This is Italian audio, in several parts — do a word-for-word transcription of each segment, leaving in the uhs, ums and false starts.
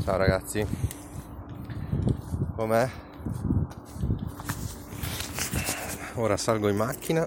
Ciao ragazzi, com'è? Ora salgo in macchina.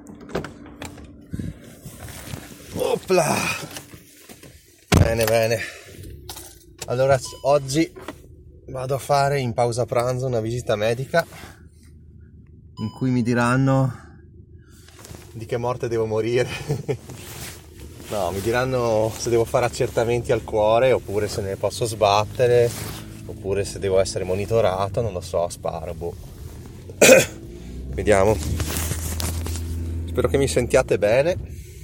Opla! Bene, bene. Allora, oggi vado a fare in pausa pranzo una visita medica in cui mi diranno di che morte devo morire. No, mi diranno se devo fare accertamenti al cuore oppure se ne posso sbattere oppure se devo essere monitorato, non lo so, sparo, boh. Vediamo. Spero che mi sentiate bene.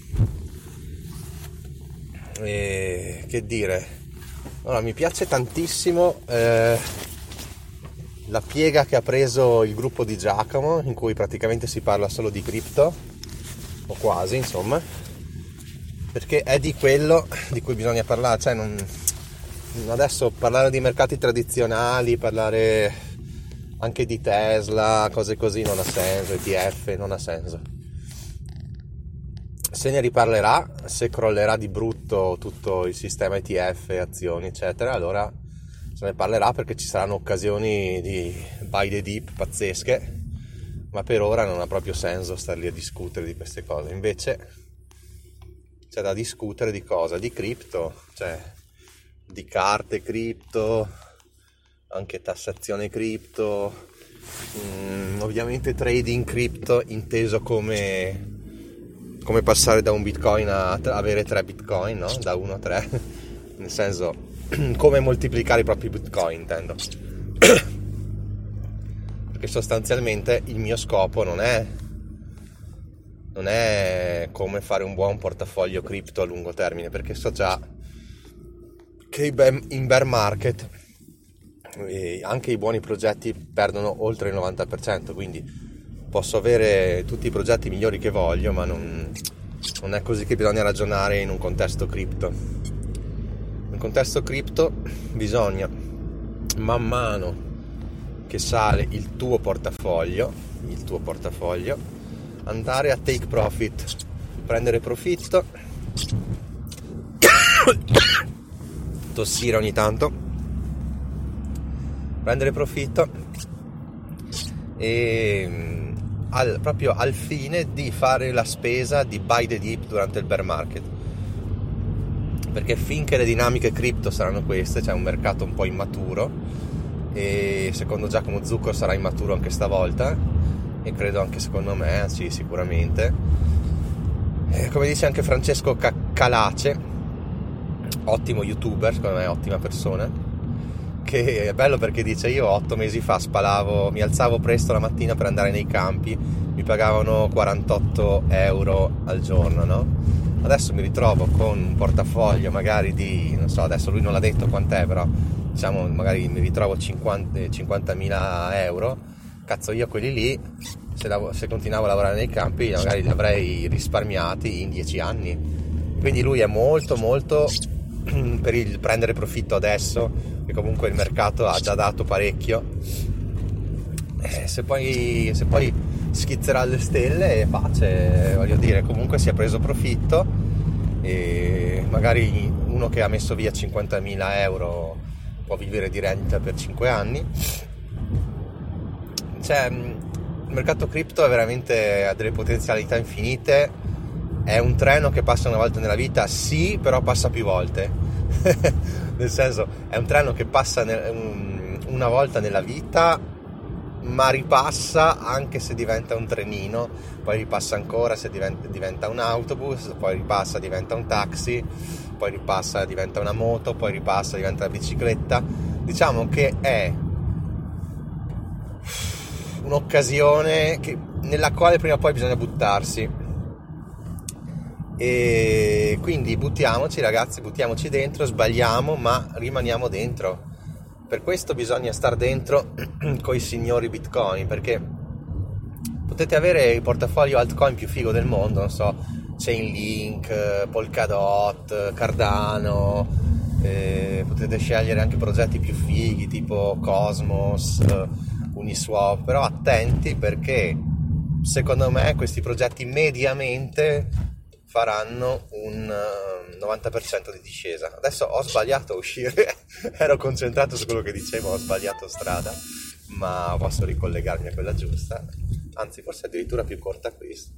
E che dire, allora, mi piace tantissimo eh, la piega che ha preso il gruppo di Giacomo, in cui praticamente si parla solo di cripto, o quasi, insomma, perché è di quello di cui bisogna parlare. Cioè non, adesso parlare di mercati tradizionali, parlare anche di Tesla, cose così non ha senso, E T F non ha senso. Se ne riparlerà, se crollerà di brutto tutto il sistema E T F, azioni eccetera, allora se ne parlerà, perché ci saranno occasioni di buy the dip pazzesche, ma per ora non ha proprio senso star lì a discutere di queste cose. Invece c'è da discutere di cosa? Di cripto, cioè di carte cripto, anche tassazione cripto, mm, ovviamente trading cripto inteso come come passare da un bitcoin a t- avere tre bitcoin, no? Da uno a tre, nel senso come moltiplicare i propri bitcoin, intendo. Perché sostanzialmente il mio scopo non è non è come fare un buon portafoglio cripto a lungo termine, perché so già che in bear market anche i buoni progetti perdono oltre il novanta per cento, quindi posso avere tutti i progetti migliori che voglio, ma non, non è così che bisogna ragionare in un contesto cripto. In un contesto cripto bisogna, man mano che sale il tuo portafoglio, il tuo portafoglio, andare a take profit, prendere profitto, tossire ogni tanto, prendere profitto e al, proprio al fine di fare la spesa di buy the dip durante il bear market, perché finché le dinamiche cripto saranno queste, c'è un mercato un po' immaturo e secondo Giacomo Zucco sarà immaturo anche stavolta, e credo anche secondo me, sì, sicuramente. E come dice anche Francesco Calace, ottimo youtuber, secondo me ottima persona, che è bello perché dice: io otto mesi fa spalavo, mi alzavo presto la mattina per andare nei campi, mi pagavano quarantotto euro al giorno, no? Adesso mi ritrovo con un portafoglio magari di, non so, adesso lui non l'ha detto quant'è, però diciamo magari mi ritrovo cinquantamila euro. Cazzo, io quelli lì, se, lav- se continuavo a lavorare nei campi, magari li avrei risparmiati in dieci anni. Quindi lui è molto molto per il prendere profitto adesso, che comunque il mercato ha già dato parecchio. Eh, se poi se poi schizzerà alle stelle, pace, voglio dire, comunque si è preso profitto, e magari uno che ha messo via cinquantamila euro può vivere di rendita per cinque anni. Cioè, il mercato cripto è veramente, ha delle potenzialità infinite. È un treno che passa una volta nella vita, sì, però passa più volte. Nel senso, è un treno che passa ne- un, una volta nella vita, ma ripassa anche se diventa un trenino, poi ripassa ancora se diventa, diventa un autobus, poi ripassa, diventa un taxi, poi ripassa, diventa una moto, poi ripassa, diventa una bicicletta. Diciamo che è un'occasione che, nella quale prima o poi bisogna buttarsi, e quindi buttiamoci ragazzi, buttiamoci dentro, sbagliamo ma rimaniamo dentro. Per questo bisogna star dentro coi signori Bitcoin, perché potete avere il portafoglio altcoin più figo del mondo, non so, Chainlink, Polkadot, Cardano, eh, potete scegliere anche progetti più fighi tipo Cosmos, Uniswap, però attenti, perché secondo me questi progetti mediamente faranno un novanta per cento di discesa. Adesso ho sbagliato a uscire, ero concentrato su quello che dicevo, ho sbagliato strada, ma posso ricollegarmi a quella giusta, anzi forse addirittura più corta questa,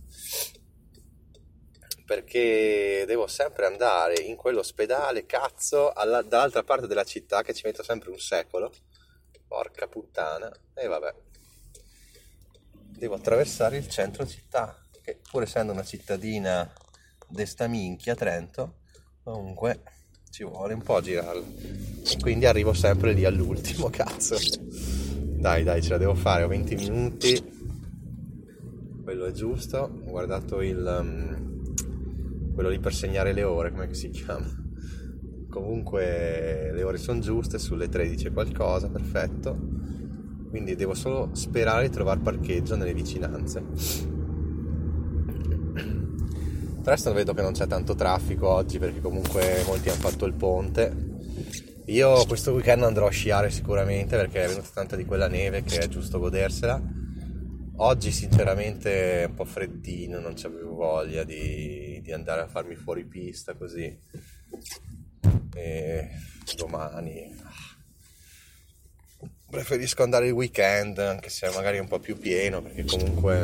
perché devo sempre andare in quell'ospedale, cazzo, alla, dall'altra parte della città, che ci metto sempre un secolo, porca puttana, e vabbè, devo attraversare il centro città, che pur essendo una cittadina d'esta minchia, Trento, comunque ci vuole un po' a girarla, e quindi arrivo sempre lì all'ultimo, cazzo. Dai, dai, ce la devo fare, ho venti minuti, quello è giusto. Ho guardato il um, quello lì per segnare le ore, come si chiama. Comunque le ore sono giuste, sulle tredici e qualcosa, perfetto. Quindi devo solo sperare di trovare parcheggio nelle vicinanze. Tra l'altro vedo che non c'è tanto traffico oggi, perché comunque molti hanno fatto il ponte. Io questo weekend andrò a sciare sicuramente, perché è venuta tanta di quella neve che è giusto godersela. Oggi sinceramente è un po' freddino, non c'avevo voglia di, di andare a farmi fuori pista così. E domani preferisco andare il weekend, anche se magari è un po' più pieno, perché comunque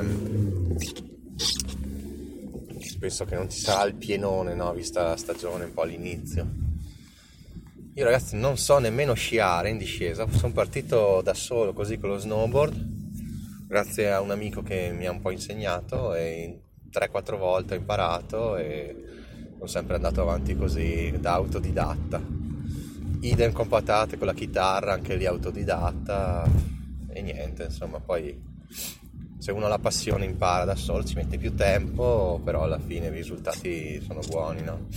penso che non ci sarà il pienone, no? Vista la stagione un po' all'inizio. Io ragazzi non so nemmeno sciare in discesa, sono partito da solo così con lo snowboard, grazie a un amico che mi ha un po' insegnato, e in tre quattro volte ho imparato e sono sempre andato avanti così da autodidatta. Idem con patate con la chitarra, anche lì autodidatta, e niente, insomma, poi se uno ha la passione impara da solo, ci mette più tempo, però alla fine i risultati sono buoni, no?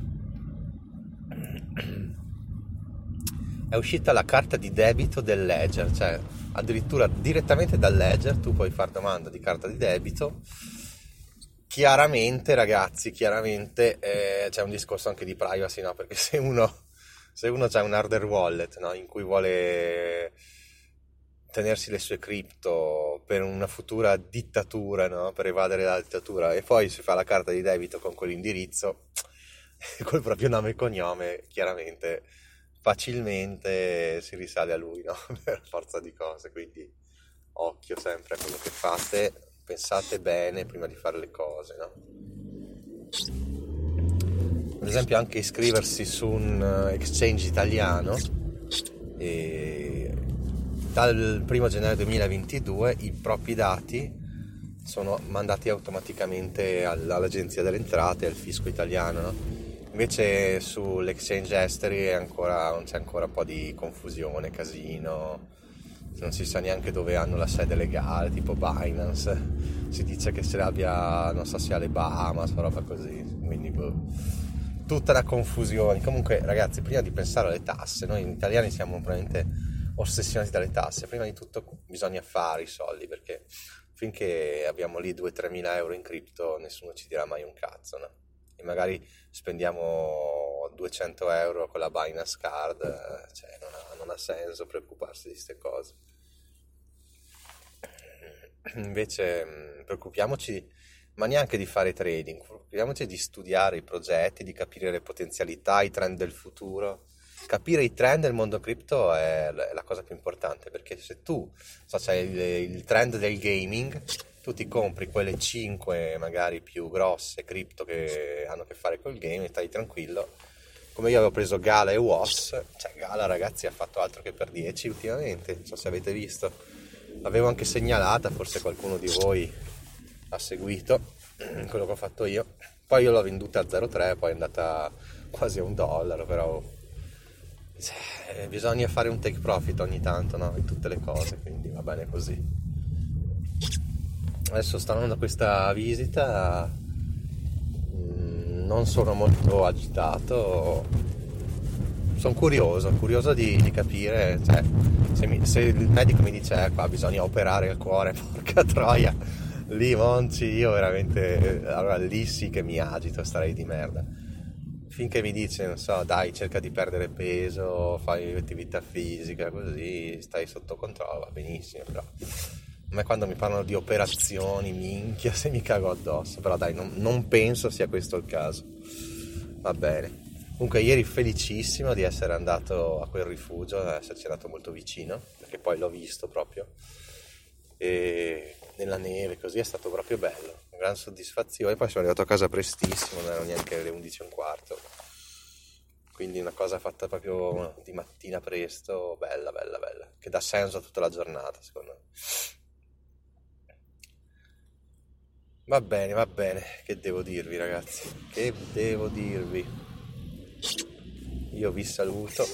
È uscita la carta di debito del Ledger, cioè addirittura direttamente dal Ledger tu puoi fare domanda di carta di debito. Chiaramente ragazzi, chiaramente eh, c'è un discorso anche di privacy, no? Perché se uno, se uno ha un hardware wallet, no? In cui vuole tenersi le sue cripto per una futura dittatura, no? Per evadere dalla dittatura, e poi si fa la carta di debito con quell'indirizzo, col proprio nome e cognome, chiaramente facilmente si risale a lui, no? Per forza di cose, quindi occhio sempre a quello che fate, pensate bene prima di fare le cose, no? Per esempio anche iscriversi su un exchange italiano, e dal primo gennaio duemilaventidue i propri dati sono mandati automaticamente all'Agenzia delle Entrate e al fisco italiano, no? Invece sull'exchange esteri è ancora, c'è ancora un po' di confusione, casino, non si sa neanche dove hanno la sede legale, tipo Binance, si dice che se l'abbia, non so, sia alle Bahamas o roba così, quindi boh, tutta una confusione. Comunque ragazzi, prima di pensare alle tasse, noi italiani siamo veramente ossessionati dalle tasse. Prima di tutto bisogna fare i soldi, perché finché abbiamo lì due tre mila euro in cripto nessuno ci dirà mai un cazzo, no? E magari spendiamo duecento euro con la Binance Card, cioè non ha, non ha senso preoccuparsi di queste cose. Invece preoccupiamoci, ma neanche di fare trading, preoccupiamoci di studiare i progetti, di capire le potenzialità, i trend del futuro. Capire i trend del mondo cripto è la cosa più importante, perché se tu so, c'è il, il trend del gaming, tu ti compri quelle cinque magari più grosse cripto che hanno a che fare col game e stai tranquillo. Come io avevo preso Gala e W O S, cioè Gala ragazzi ha fatto altro che per dieci ultimamente, non so se avete visto, l'avevo anche segnalata, forse qualcuno di voi ha seguito quello che ho fatto io. Poi io l'ho venduta a zero virgola tre, poi è andata quasi a un dollaro, però cioè, bisogna fare un take profit ogni tanto, no? In tutte le cose, quindi va bene così. Adesso sto andando a questa visita, non sono molto agitato, sono curioso, curioso di, di capire, cioè, se, mi, se il medico mi dice eh, qua bisogna operare il cuore, porca troia, lì Monci, io veramente, allora lì sì che mi agito, starei di merda. Finché mi dice, non so, dai, cerca di perdere peso, fai attività fisica, così stai sotto controllo, va benissimo, però a me quando mi parlano di operazioni, minchia, se mi cago addosso, però dai, non, non penso sia questo il caso. Va bene. Comunque ieri felicissimo di essere andato a quel rifugio, di esserci andato molto vicino, perché poi l'ho visto proprio, e nella neve così è stato proprio bello, una gran soddisfazione. Poi sono arrivato a casa prestissimo, non erano neanche le undici e un quarto, quindi una cosa fatta proprio di mattina presto, bella bella bella, che dà senso a tutta la giornata secondo me. Va bene, va bene, che devo dirvi ragazzi, che devo dirvi? Io vi saluto.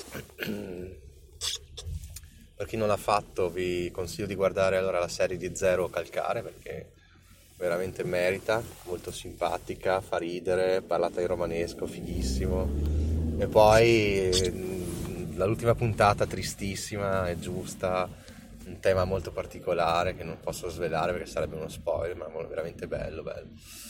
Per chi non l'ha fatto vi consiglio di guardare allora la serie di Zero Calcare, perché veramente merita, molto simpatica, fa ridere, parlata in romanesco, fighissimo. E poi l'ultima puntata tristissima e giusta, un tema molto particolare che non posso svelare perché sarebbe uno spoiler, ma è veramente bello, bello.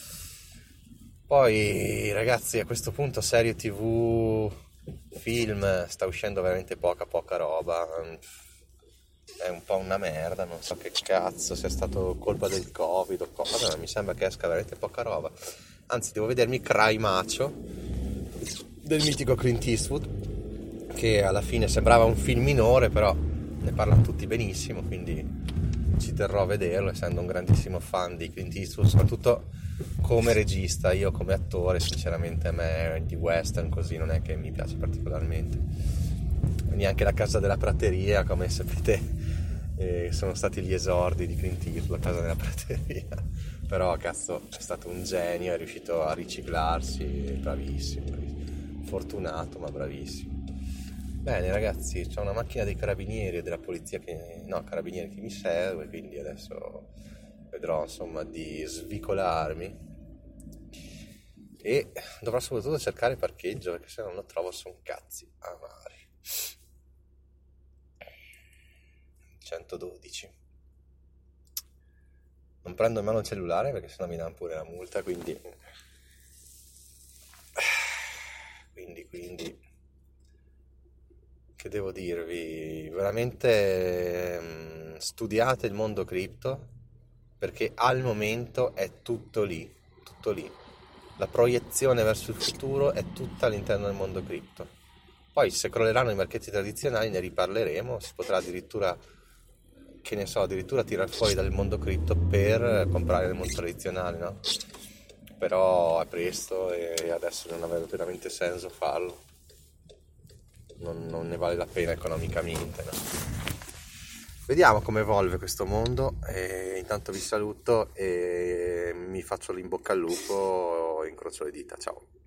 Poi ragazzi, a questo punto serie tv, film, sta uscendo veramente poca poca roba, è un po' una merda, non so che cazzo sia stato colpa del covid o cosa, ma mi sembra che esca veramente poca roba. Anzi, devo vedermi Cry Macho del mitico Clint Eastwood, che alla fine sembrava un film minore, però ne parlano tutti benissimo, quindi ci terrò a vederlo, essendo un grandissimo fan di Clint Eastwood, soprattutto come regista. Io come attore sinceramente a me di western così non è che mi piace particolarmente, neanche La Casa della Prateria, come sapete, eh, sono stati gli esordi di Clint Eastwood, La Casa della Prateria, però cazzo è stato un genio, è riuscito a riciclarsi, bravissimo, bravissimo. Fortunato ma bravissimo. Bene ragazzi, c'è una macchina dei carabinieri e della polizia che, no, carabinieri che mi serve, quindi adesso vedrò insomma di svicolarmi e dovrò soprattutto cercare parcheggio, perché se non lo trovo sono cazzi amari. centododici. Non prendo in mano il cellulare perché sennò mi danno pure la multa, quindi quindi quindi che devo dirvi, veramente mh, studiate il mondo cripto, perché al momento è tutto lì, tutto lì. La proiezione verso il futuro è tutta all'interno del mondo cripto. Poi se crolleranno i mercati tradizionali ne riparleremo, si potrà addirittura, che ne so, addirittura tirar fuori dal mondo cripto per comprare nel mondo tradizionale, no? Però è presto e adesso non avrebbe veramente senso farlo. Non, non ne vale la pena economicamente, no? Vediamo come evolve questo mondo e intanto vi saluto e mi faccio l'in bocca al lupo, incrocio le dita, ciao.